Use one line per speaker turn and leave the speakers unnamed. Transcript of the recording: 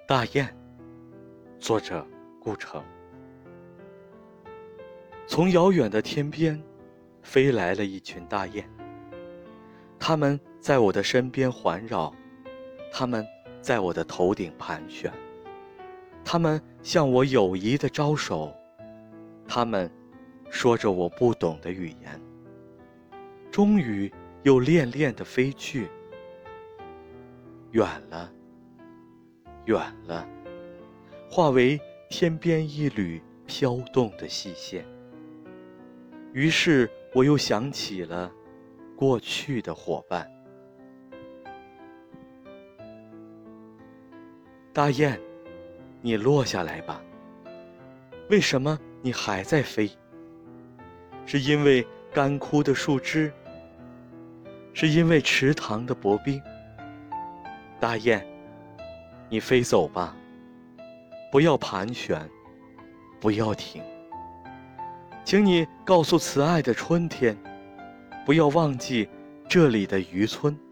大雁，作者顾城。从遥远的天边飞来了一群大雁，它们在我的身边环绕，它们在我的头顶盘旋，它们向我友谊地招手，它们说着我不懂的语言，终于又恋恋地飞去，远了，远了，化为天边一缕飘动的细线。于是我又想起了过去的伙伴。大雁，你落下来吧。为什么你还在飞？是因为干枯的树枝？是因为池塘的薄冰？大雁，你飞走吧，不要盘旋，不要停。请你告诉慈爱的春天，不要忘记这里的渔村。